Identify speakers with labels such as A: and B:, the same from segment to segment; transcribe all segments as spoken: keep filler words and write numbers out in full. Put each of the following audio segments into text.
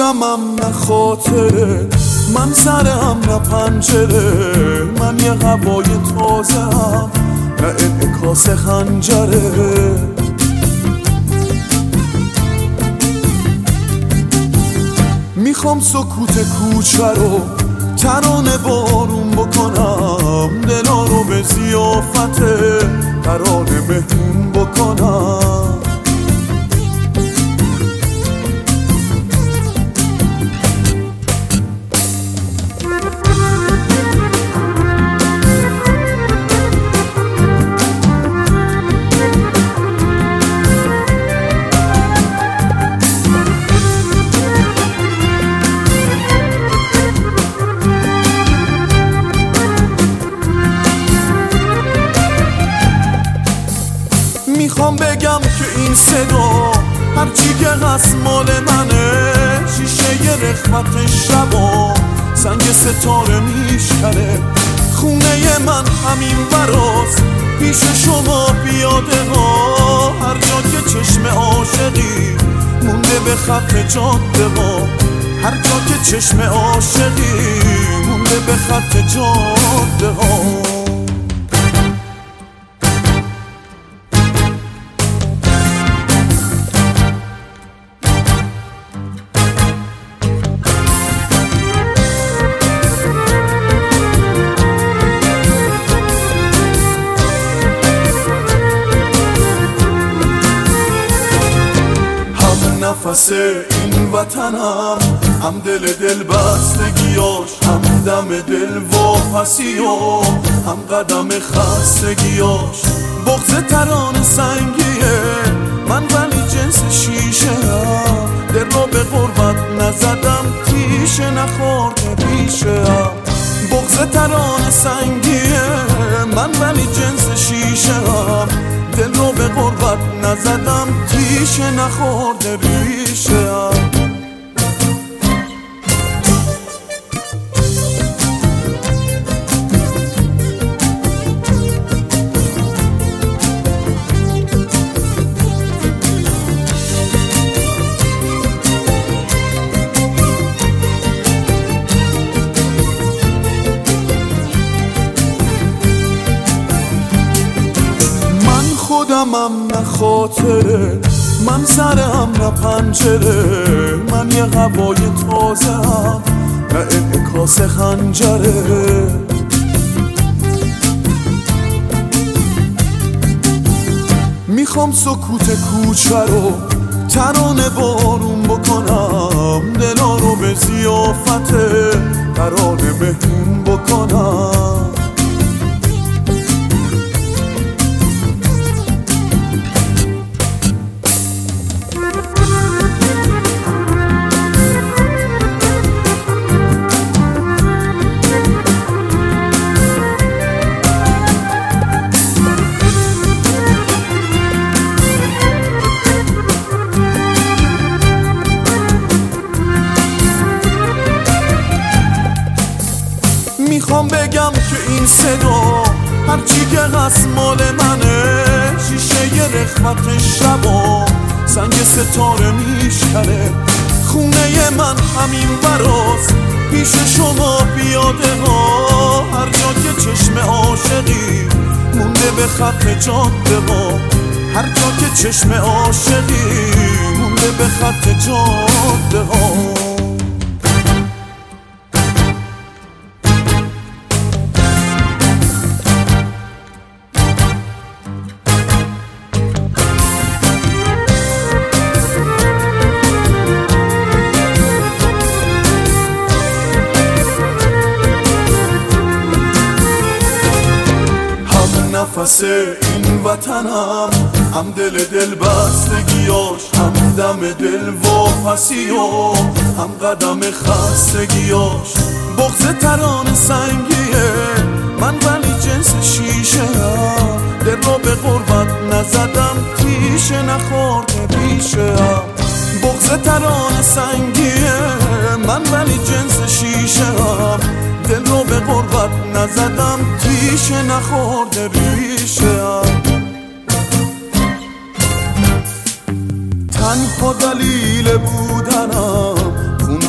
A: خودمم نه خاطره، من سرم نه پنجره، من یه هوای تازه هم نه انعکاس خنجره. میخوام سکوت کوچه رو ترانه بارون بکنم، دلا رو به ضیافت ترانه مهمون بکنم. میخوام بگم که این صدا هرچی که هست مال منه، شیشه ی رخمت شبا سنگ ستاره میشکنه. خونه من همین براست پیش شما پیاده ها، هر جا که چشم عاشقی مونده به خط جاده ها، هر جا که چشم عاشقی مونده به خط جاده ها. نفس این وطنم، هم دل دل بستگیاش، هم دم دل واپسیاش، هم قدم خستگیاش. بغض ترانه سنگیه من ولی جنس شیشه هم، دل را به غربت نزدم تیشه نخورده بیشه هم. بغض ترانه سنگیه من ولی جنس شیشه هم، دل رو به غربت نزدم تیشه نخورده ریشه هم. خودمم نه خاطره، من سرم نه پنجره، من یه هوای تازه هم نه انعکاس خنجره. میخوام سکوت کوچه رو ترانه بارون بکنم، دلا رو به ضیافت ترانه مهمون بکنم. میخوام بگم که این صدا هرچی که هست مال منه، شیشه ی رخمت شبا سنگ ستاره میشکنه. خونه من همین براست پیش شما پیاده ها، هر جا که چشم عاشقی مونده به خط جاده ها، هر جا که چشم عاشقی مونده به خط جاده ها. نفس این وطنم، هم دل دل بستگیاش، هم دم دل واپسیاش، هم قدم خستگیاش. بغض ترانه سنگیه من ولی جنس شیشه هم، دل را به غربت نزدم تیشه نخورده بیشه هم. بغض ترانه سنگیه من ولی جنس شیشه هم، دل رو به غربت نزدم تیشه نخورده ریشه هم. تنها دلیل بودنم خون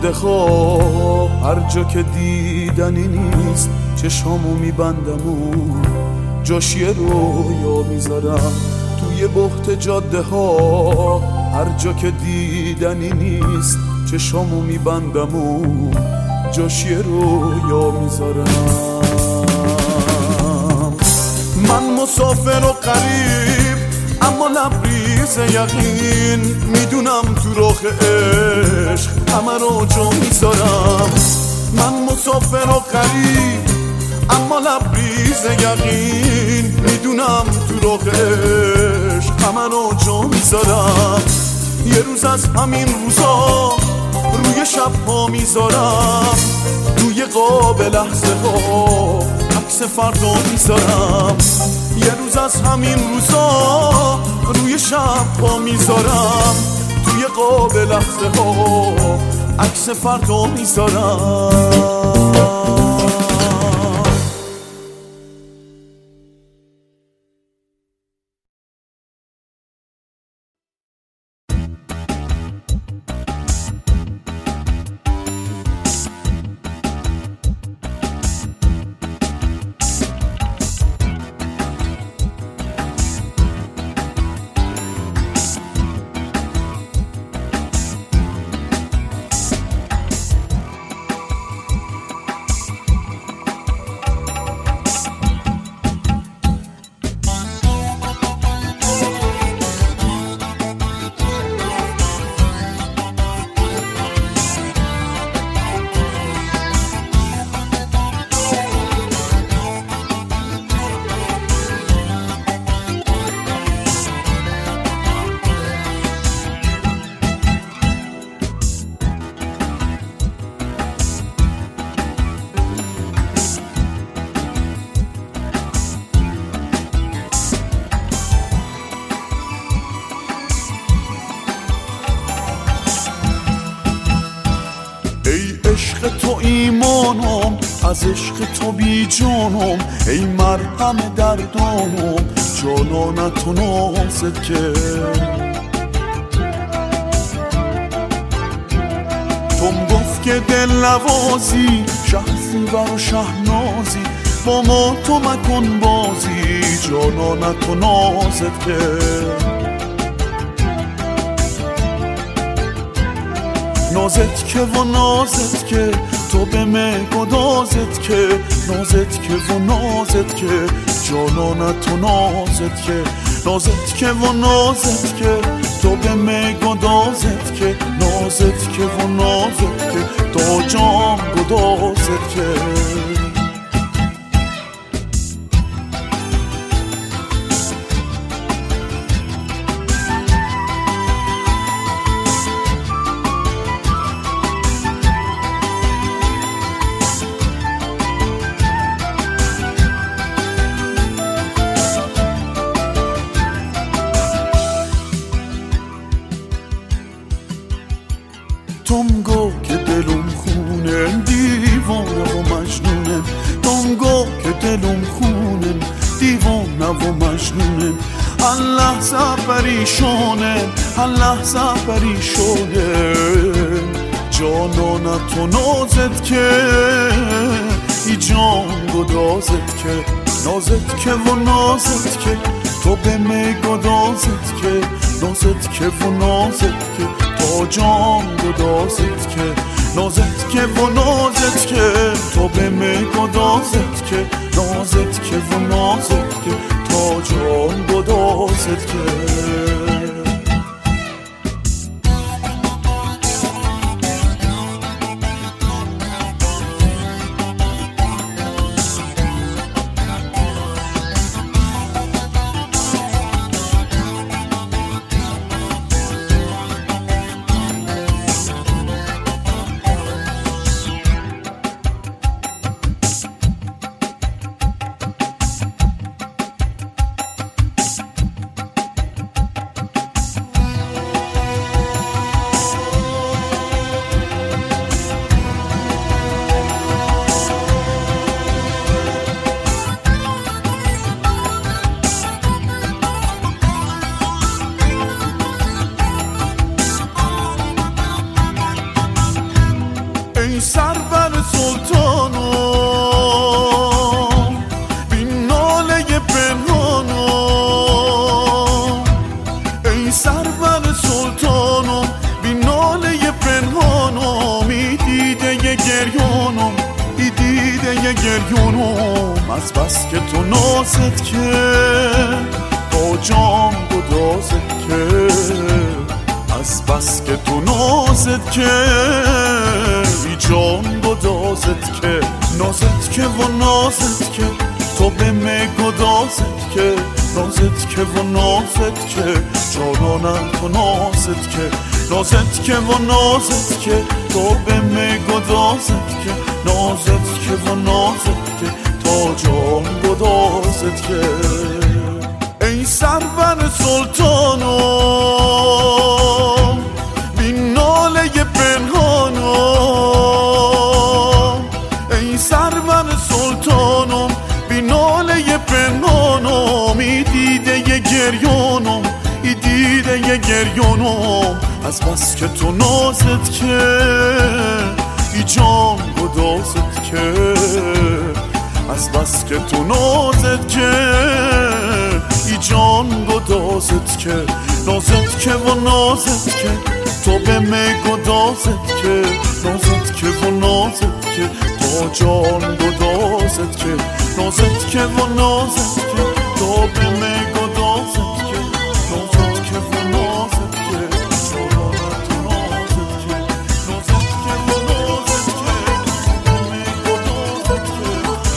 A: جاده ها هر جا که دیدنی نیست چشامو میبندم و جاش یه رویا میذارم توی بخت جاده ها هر جا که دیدنی نیست چشامو میبندم و جاش یه رویا میذارم. من مسافر و غریب اما لبریز یقین میدونم تو راه عشق همه رو جا میذارم. من مسافر و غریب اما لبریز یقین میدونم تو راه عشق همه رو جا میذارم. یه روز از همین روزا روی شب ها میذارم روی قاب لحظه ها عکس فردا میذارم. یه روز از همین روزا روی شب ها میذارم توی قاب لحظه ها عکس فردا میذارم. عشق تو ایمانم از عشق تو بی جانم ای مرهم دردانم جانانت و نازت که توم گفت که دل نوازی شهزیور و شهنازی با ما تو مکن بازی جانانت و نازت که نازت که و نازت که تو به من گدازت که نازت که و نازت که جانانت و نازت که نازت که و نازت که تو به من گدازت که نازت که و نازت که تا جام گدازت که تونگو که دلم خونه دیوانه و مجنونه تونگو که دلم خونه دیوانه و مجنونه هر لحظه پریشانه هر لحظه پریشانه جانانت و نازت که ای جان گدازت که نازت که و نازت که تو به می گدازت که نازت که و نازت که تا جان گدازت که نازت که و نازت که تو به می گدازت که نازت که و نازت که تا جان گدازت که گریونم ای دیده یه گریونم از بس که تو نازت که با جام گدازت که از بس که تو نازت که ای جام گدازت که نازت که و نازت که تو به می گدازت که نازت که و نازت که جانانم تو نازت که نازت که و نازت که تو به می گدازت که نازت که و نازت که تا جان گدازت که ای سرور سلطانم بی ناله پنهانم ای سرور سلطانم بی ناله پنهانم ای دیده ی گریانم ای دیده ی گریانم از بس که تو نازت که ای جان گدازت که از بس که تو نازت که ای جان گدازت که نازت که و نازت که تو به می گدازت که نازت که و نازت که تا جان گدازت که نازت که و نازت که تو به می گدازت که نازت که و نازت که جانانت تو نازت که نازت که و نازت که به می گدازت که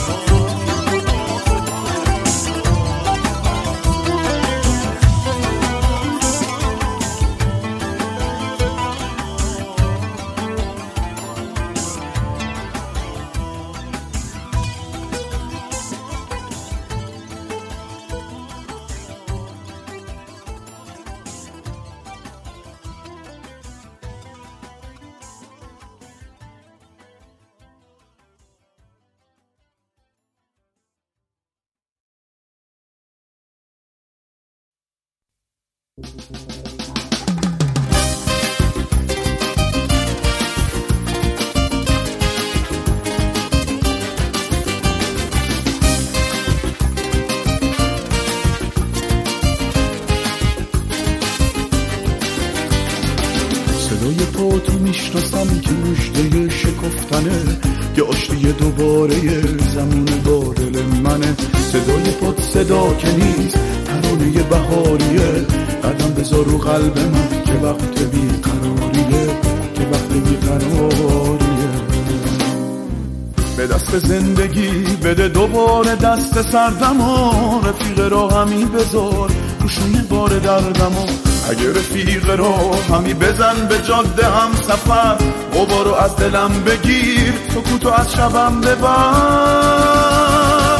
B: صدای پا تو میشناسم که مژده شکفتنه یه آشتی دوباره زمون با دل منه صدای پات صدا که نیست ترانه بهاریه قدم بذار رو قلب من که وقت بیقراریه که وقت بیقراریه به دست زندگی بده دوباره دست سردم و رفیق را همی بذار روشونه بار دردم اگه رفیق را همی بزن به جاده هم سفر غبارو از دلم بگیر سکوتو از شبم ببر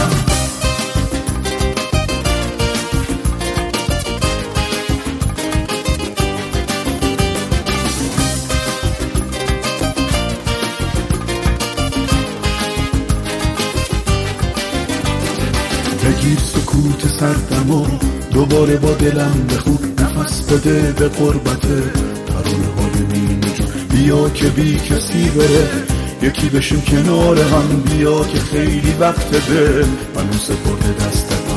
B: بگیر سکوت سردم و دوباره با دلم بخون نفس بده به قربته ترانه های نیمه جون بیا که بی کسی بره یکی بشیم کنار هم بیا که خیلی وقت دل منو سپرده دست من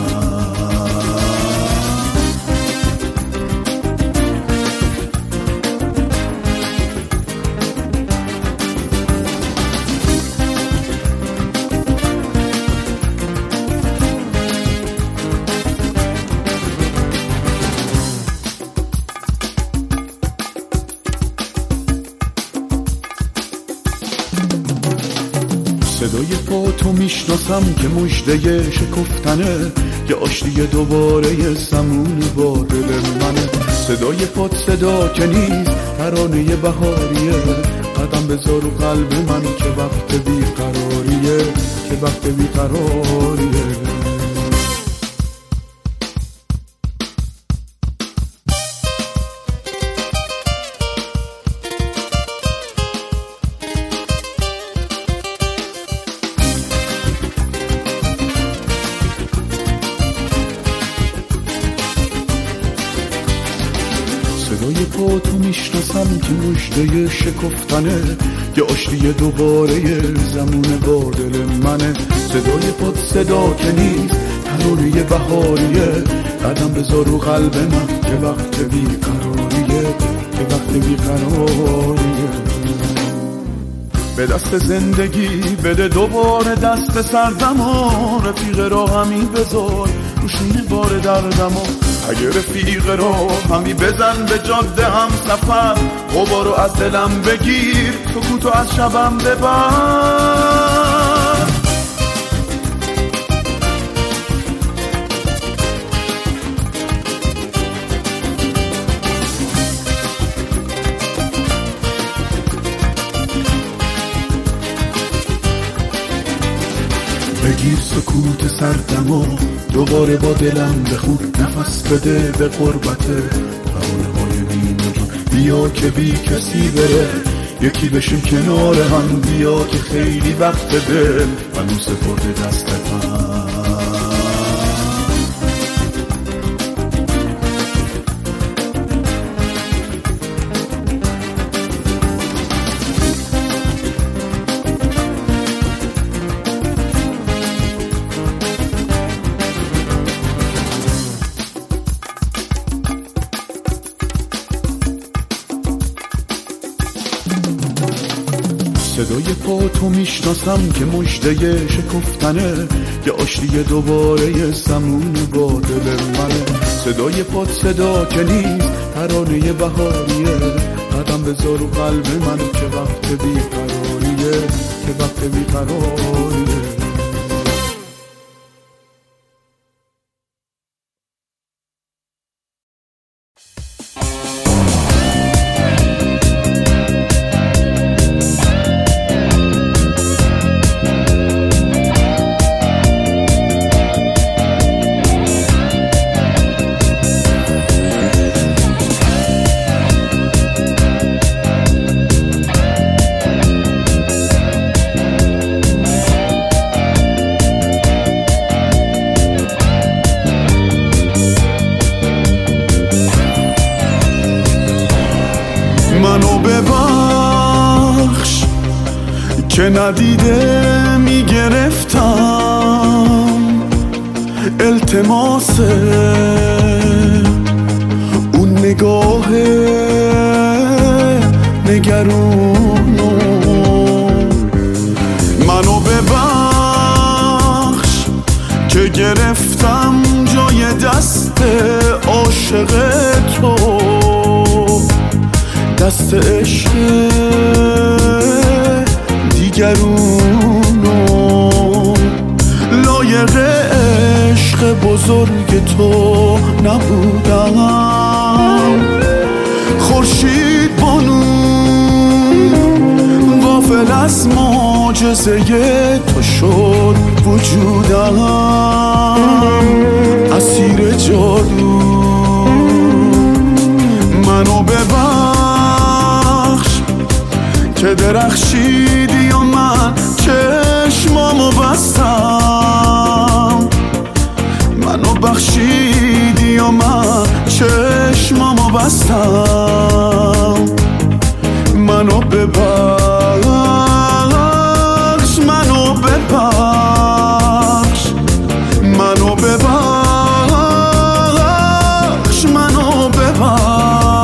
B: صدای پا تو میشناسم که مژده شکفتنه یه آشتی دوباره زمون با دل منه صدای پات صدا که نیست ترانه بهاریه قدم بذار رو قلب من که وقت بیقراریه که وقت بیقراریه صدای پا تو میشناسم که مژده شکفتنه یه آشتی دوباره زمون با دل منه صدای پات صدا که نیست ترانه بهاریه قدم بذار رو قلب من که وقت بیقراریه که وقت بیقراریه
A: به دست زندگی بده دوباره دست سردم و رفیق را همی بذار روشونه بار دردم و اگه رفیق را همی بزن به جاده هم سفر غبارو از دلم بگیر سکوتو از شبم ببر. بگیر سکوت سردم و دوباره با دلم بخون نفس بده به غربته ترانه های نیمه جون بیا که بی کسی بره یکی بشیم کنار هم بیا که خیلی وقت دل منو سپرده دست من. صدای پا تو میشناسم که مژده شکفتنه یه آشتی دوباره سمون با دل منه. صدای پات صدا که نیست ترانه بهاریه قدم بذار و قلب من که وقت بیقراریه که وقت بیقراریه. منو ببخش که ندیده میگرفتم التماس اون نگاه نگرونو. منو ببخش که گرفتم جای دست عاشق تو دست عشق دیگرونو. لایق عشق بزرگ تو نبودم خورشید بانو غافل از معجزه تو شد وجودم اسیر جادو. منو ببخش که درخشیدی و من چشمامو بستم. منو بخشیدی و من چشمامو بستم. منو ببخش منو ببخش منو ببخش منو ببخش.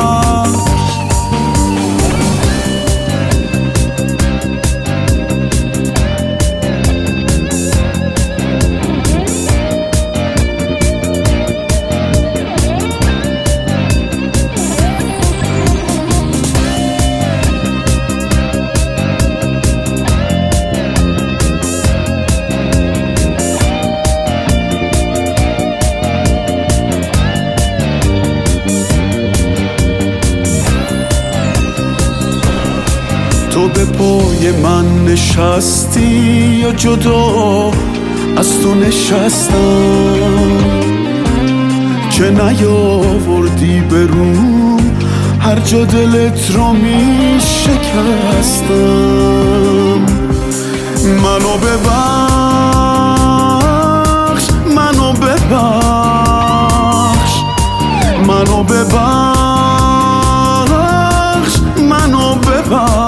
A: تو به پای من نشستی یا جدا از تو نشستم که نیاوردی به روم هر جا دلت رو می شکستم. منو ببخش منو ببخش منو ببخش منو ببخش.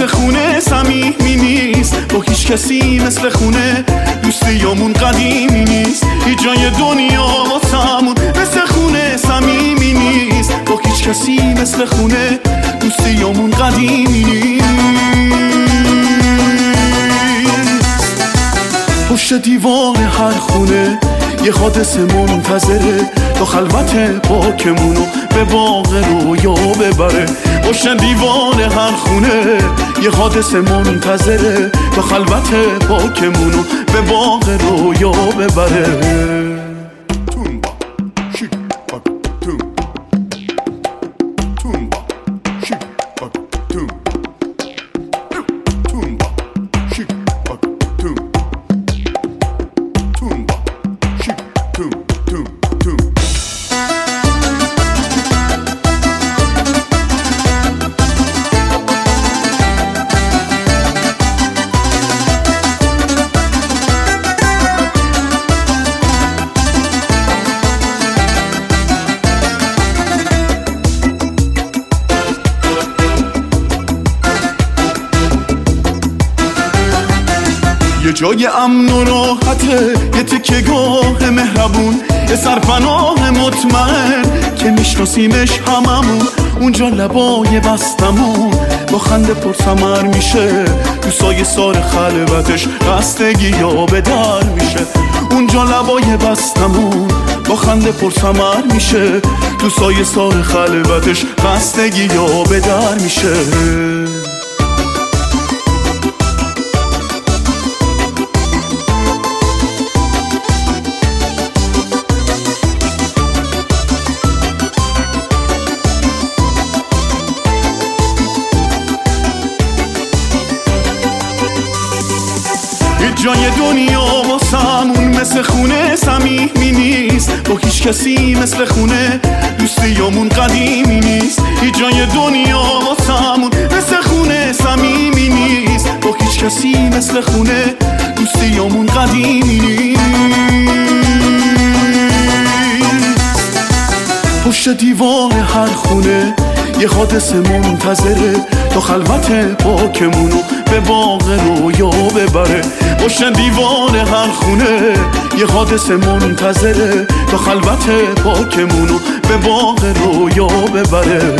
A: مثل خونه صمیمی نیست، با هیچ کسی مثل خونه دوستیامون قدیمی نیست. هیچ جای دنیا واسمون مثل خونه صمیمی نیست، با هیچ کسی مثل خونه دوستیامون قدیمی نیست. پشت دیوار هر خونه یه حادثه منتظره تا خلوت پاکمونو به باغ رویا ببره. پشت دیوار هر خونه یه حادثه منتظره تا خلوت پاکمونو به باغ رویا ببره. یه جای امن و راحته، یه تکه گاه مهربون، یه سرپناه مطمئن که میشناسیمش هممون. اونجا لبای بستمون با خنده پرثمر میشه، تو سایه سار خلوتش خستگی یا به در میشه. اونجا لبای بستمون با خنده پرثمر میشه، تو سایه سار خلوتش خستگی یا به در میشه. جای دنیا واسمون مثل خونه صمیمی نیست، با هیچ کسی مثل خونه دوستیامون قدیمی نیست. هیچ جای دنیا واسمون مثل خونه صمیمی نیست، با هیچ کسی مثل خونه دوستیامون قدیمی نیست. پشت دیوار هر خونه یه حادثه منتظره تا خلوت پاکمونو به باغ رویا ببره. پشت دیوار هر خونه یه حادثه منتظره تا خلوت پاکمونو به باغ رویا ببره.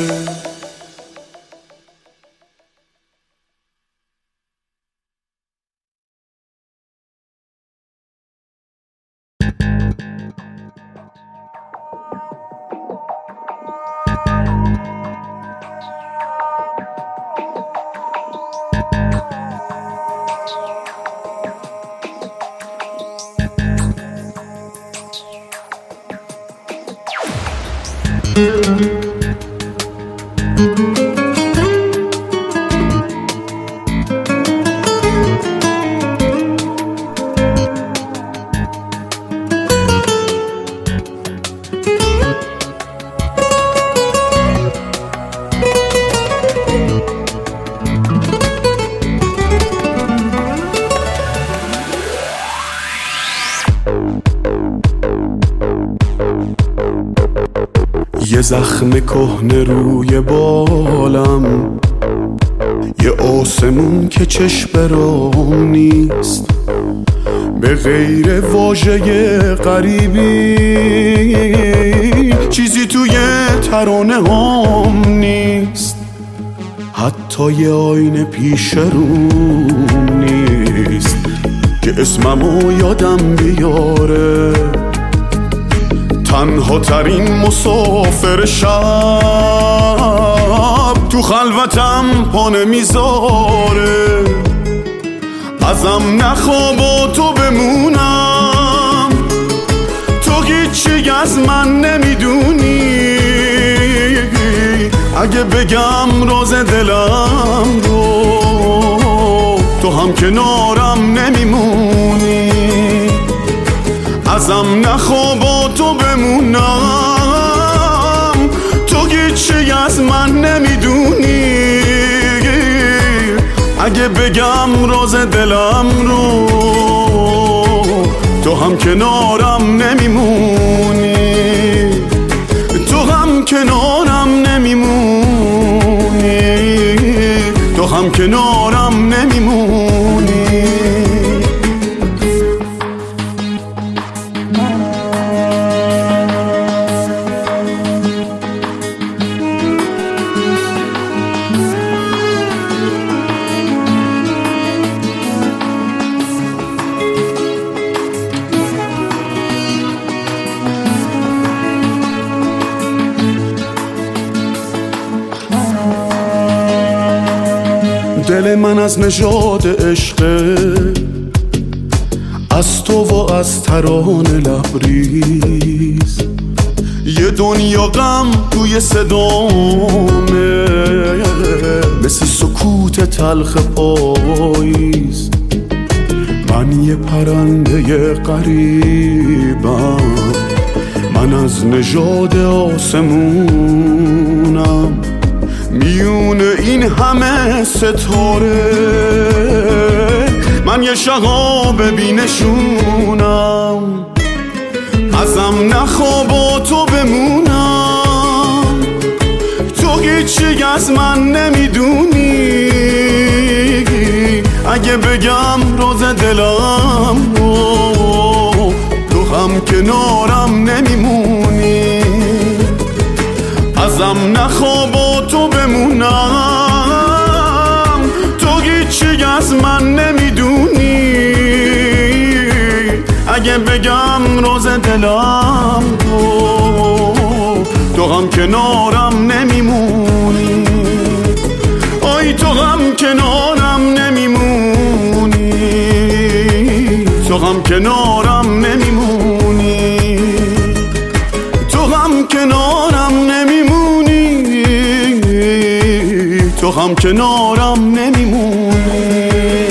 B: یه زخم کهنه روی بالم، یه آسمون که چشم رام نیست، به غیر واژه غریبی چیزی توی ترانه هام نیست. حتی یه آینه پیش روم نیست که اسممو یادم بیاره. تنها ترین مسافر شب تو خلوتم پا نمیذاره. ازم نخواب و تو بمونم، تو هیچی از من نمیدونی. اگه بگم راز دلم رو، تو هم کنارم نمیمونی. ازم نخواب و تو بمونم، تو هیچی از من نمیدونی. اگه بگم راز دلم رو، تو هم کنارم نمیمونی. تو هم کنارم نمیمونی، تو هم
A: هم کنارم نمیمونی. دل من از نژاد عشقه، از تو و از ترانه لبریز. یه دنیا غم توی صدامه، مثل سکوت تلخ پاییز. من یه پرنده غریبم، من از نژاد آسمونم. میون این همه ستاره من یه شهاب بینشونم. ازم نخواب و تو بمونم، تو هیچی از من نمیدونی. اگه بگم روز دلم رو، تو هم کنارم نمیمونی. ازم نخواب و تو بمونم، تو هیچی از من نمیدونی. اگه بگم روز دلم تو، تو هم کنارم نمیمونی. آی تو هم کنارم نمیمونی، تو هم کنارم نمیمونی، تو هم کنارم نمیمونی، تو هم کنارم نمیمونی.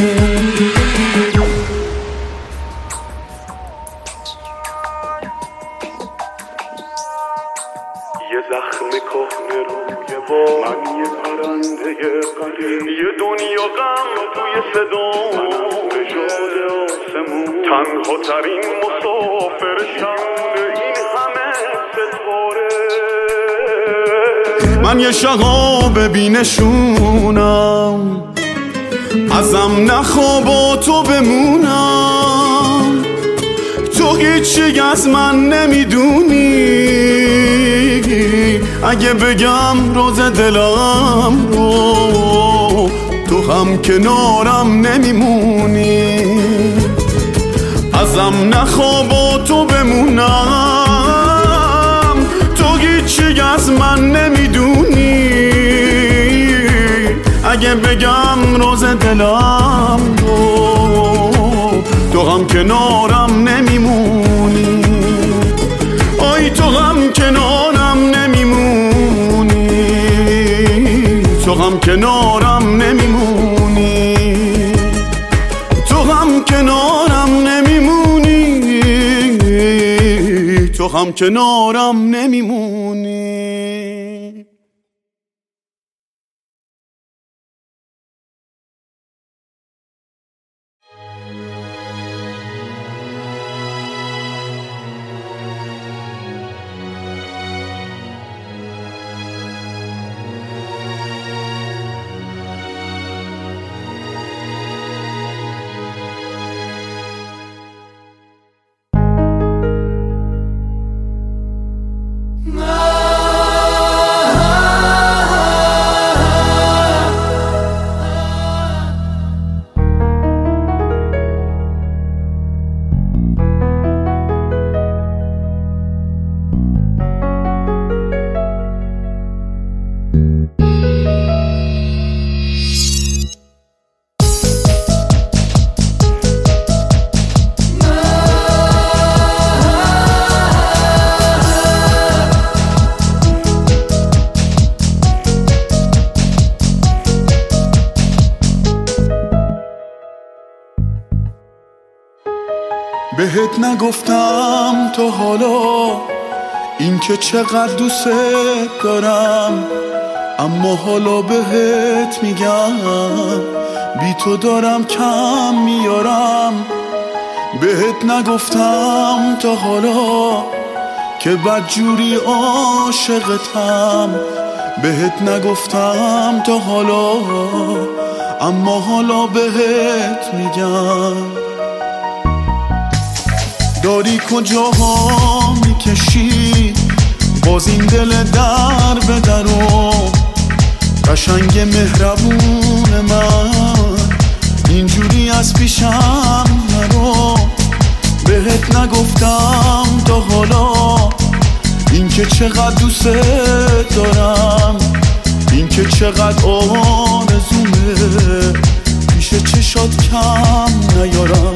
B: یه زخم کهنه روی بام، من یه پرنده غریب. یه دنیا غم توی صدام، نژاد آسمون. تنها ترین مسافر شب این همه ستاره.
A: من یه شهاب بینشونم، ازم نخواب و تو بمونم. تو هیچی از من نمیدونی. اگه بگم روز دلم رو، تو هم کنارم نمیمونی. ازم نخواب و تو بمونم، تو هیچی از من نمیدونی. اگه بگم روز دلم رو، تو هم کنارم نمیمونی. آی تو هم کنارم نمیمونی، تو هم کنارم نمیمونی، تو هم کنارم نمیمونی، تو هم کنارم نمیمونی. بهت نگفتم تا حالا این که چقدر دوست دارم، اما حالا بهت میگم بی تو دارم کم میارم. بهت نگفتم تا حالا که بدجوری عاشقتم. بهت نگفتم تا حالا اما حالا بهت میگم داری کجاها میکشی باز این دل در به درو قشنگ مهربون من اینجوری از پیشم نرو بهت نگفتم تا حالا این که چقدر دوست دارم این که چقدر آرزومه پیش چشات کم نیارم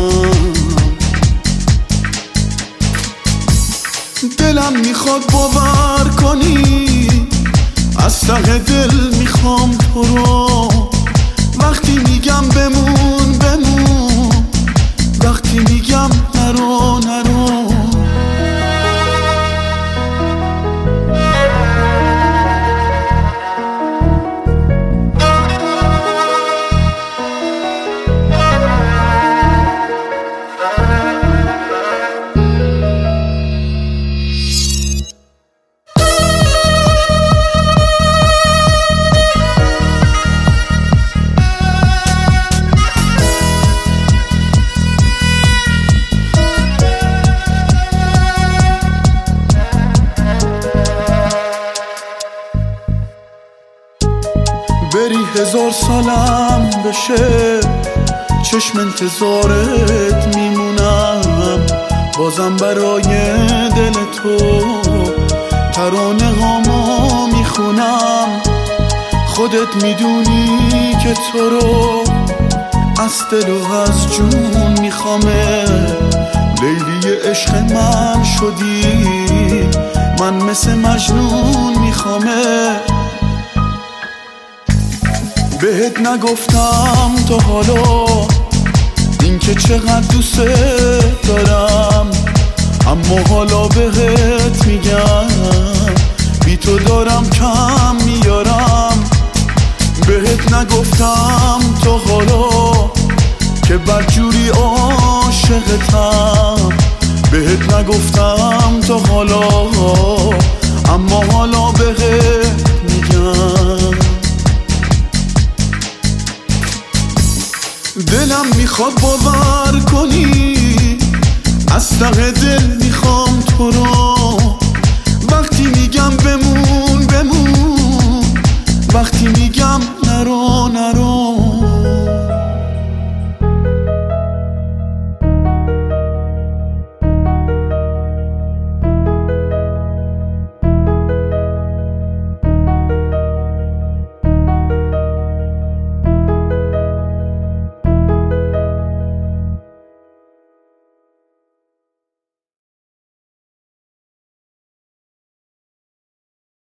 A: دلم میخواد باور کنی از ته دل میخوام تو رو وقتی میگم بمون بمون وقتی میگم نرو نرو بری هزار سالم بشه چشم انتظارت میمونم بازم برای دل تو ترانه هامو میخونم خودت میدونی که تو رو از دل و از جون میخوامه لیلی عشق من شدی من مثل مجنون میخوامه بهت نگفتم تا حالا این که چقدر دوست دارم اما حالا بهت میگم بی تو دارم کم میارم بهت نگفتم تا حالا که بدجوری عاشقتم بهت نگفتم تا حالا اما حالا بهت میگم دلم میخواد باور کنی از ته دل